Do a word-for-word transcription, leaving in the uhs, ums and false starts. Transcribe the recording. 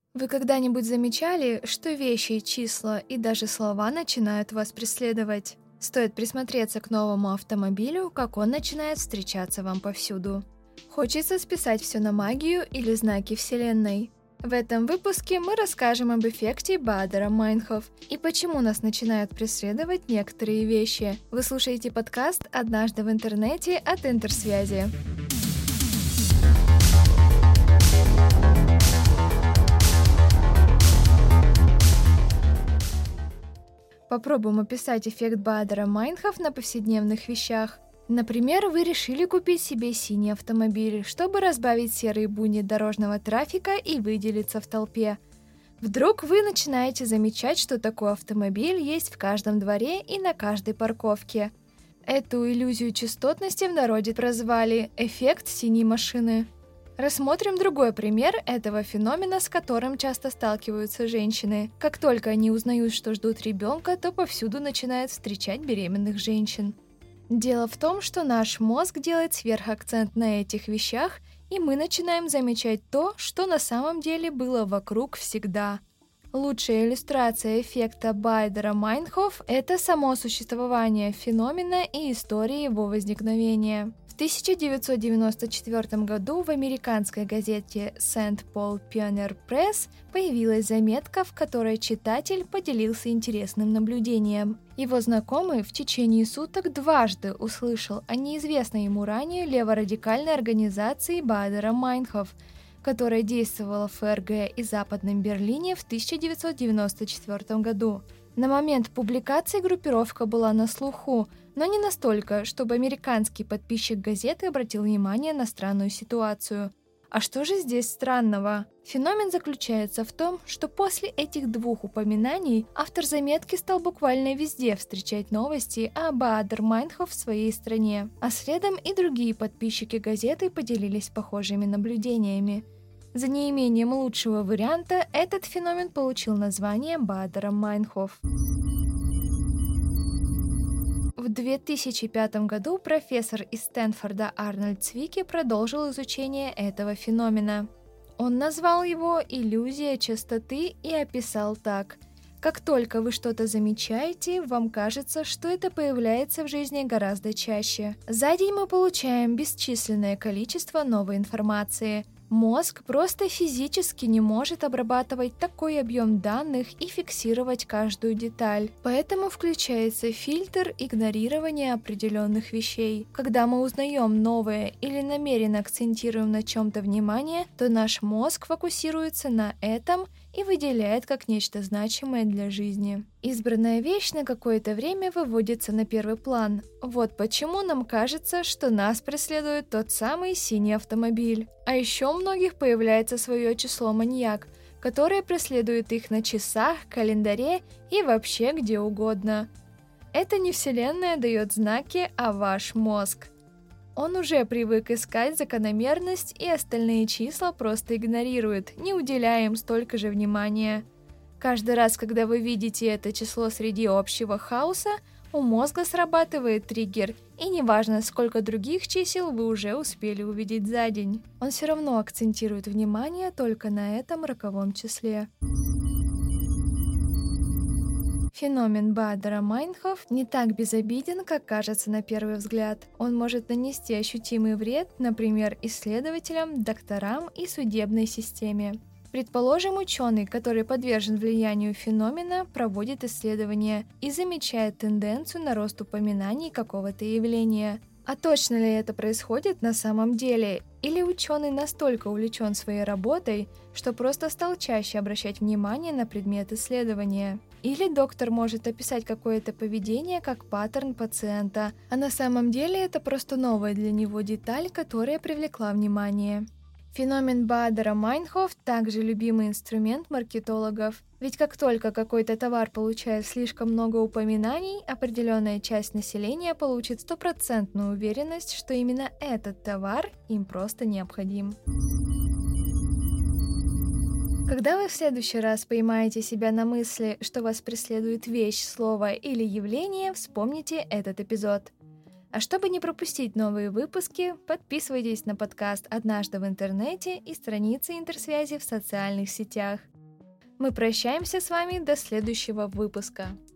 Вы когда-нибудь замечали, что вещи, числа и даже слова начинают вас преследовать? Стоит присмотреться к новому автомобилю, как он начинает встречаться вам повсюду. Хочется списать все на магию или знаки Вселенной. В этом выпуске мы расскажем об эффекте Баадера-Майнхоф и почему нас начинают преследовать некоторые вещи. Вы слушаете подкаст «Однажды в интернете» от Интерсвязи. Попробуем описать эффект Баадера-Майнхоф на повседневных вещах. Например, вы решили купить себе синий автомобиль, чтобы разбавить серые буни дорожного трафика и выделиться в толпе. Вдруг вы начинаете замечать, что такой автомобиль есть в каждом дворе и на каждой парковке. Эту иллюзию частотности в народе прозвали «эффект синей машины». Рассмотрим другой пример этого феномена, с которым часто сталкиваются женщины. Как только они узнают, что ждут ребенка, то повсюду начинают встречать беременных женщин. Дело в том, что наш мозг делает сверхакцент на этих вещах, и мы начинаем замечать то, что на самом деле было вокруг всегда. Лучшая иллюстрация эффекта Баадера-Майнхоф – это само существование феномена и история его возникновения. В тысяча девятьсот девяносто четвёртом году в американской газете Сент Пол Пионер Пресс появилась заметка, в которой читатель поделился интересным наблюдением. Его знакомый в течение суток дважды услышал о неизвестной ему ранее леворадикальной организации Баадера-Майнхоф, которая действовала в ФРГ и Западном Берлине в тысяча девятьсот девяносто четвёртом году. На момент публикации группировка была на слуху, но не настолько, чтобы американский подписчик газеты обратил внимание на странную ситуацию. А что же здесь странного? Феномен заключается в том, что после этих двух упоминаний автор заметки стал буквально везде встречать новости о Баадер-Майнхоф в своей стране, а следом и другие подписчики газеты поделились похожими наблюдениями. За неимением лучшего варианта этот феномен получил название Баадера-Майнхоф. В две тысячи пятом году профессор из Стэнфорда Арнольд Цвики продолжил изучение этого феномена. Он назвал его «иллюзия частоты» и описал так: «Как только вы что-то замечаете, вам кажется, что это появляется в жизни гораздо чаще. За день мы получаем бесчисленное количество новой информации. Мозг просто физически не может обрабатывать такой объем данных и фиксировать каждую деталь. Поэтому включается фильтр игнорирования определенных вещей. Когда мы узнаем новое или намеренно акцентируем на чем-то внимание, то наш мозг фокусируется на этом и выделяет как нечто значимое для жизни. Избранная вещь на какое-то время выводится на первый план. Вот почему нам кажется, что нас преследует тот самый синий автомобиль. А еще у многих появляется свое число-маньяк, которое преследует их на часах, календаре и вообще где угодно. Это не Вселенная дает знаки, а ваш мозг. Он уже привык искать закономерность, и остальные числа просто игнорирует, не уделяя им столько же внимания. Каждый раз, когда вы видите это число среди общего хаоса, у мозга срабатывает триггер, и неважно, сколько других чисел вы уже успели увидеть за день. Он все равно акцентирует внимание только на этом роковом числе. Феномен Баадера-Майнхоф не так безобиден, как кажется на первый взгляд. Он может нанести ощутимый вред, например, исследователям, докторам и судебной системе. Предположим, ученый, который подвержен влиянию феномена, проводит исследования и замечает тенденцию на рост упоминаний какого-то явления. А точно ли это происходит на самом деле? Или ученый настолько увлечен своей работой, что просто стал чаще обращать внимание на предмет исследования? Или доктор может описать какое-то поведение как паттерн пациента, а на самом деле это просто новая для него деталь, которая привлекла внимание. Феномен Баадера-Майнхоф также любимый инструмент маркетологов, ведь как только какой-то товар получает слишком много упоминаний, определенная часть населения получит стопроцентную уверенность, что именно этот товар им просто необходим. Когда вы в следующий раз поймаете себя на мысли, что вас преследует вещь, слово или явление, вспомните этот эпизод. А чтобы не пропустить новые выпуски, подписывайтесь на подкаст «Однажды в интернете» и страницы Интерсвязи в социальных сетях. Мы прощаемся с вами до следующего выпуска.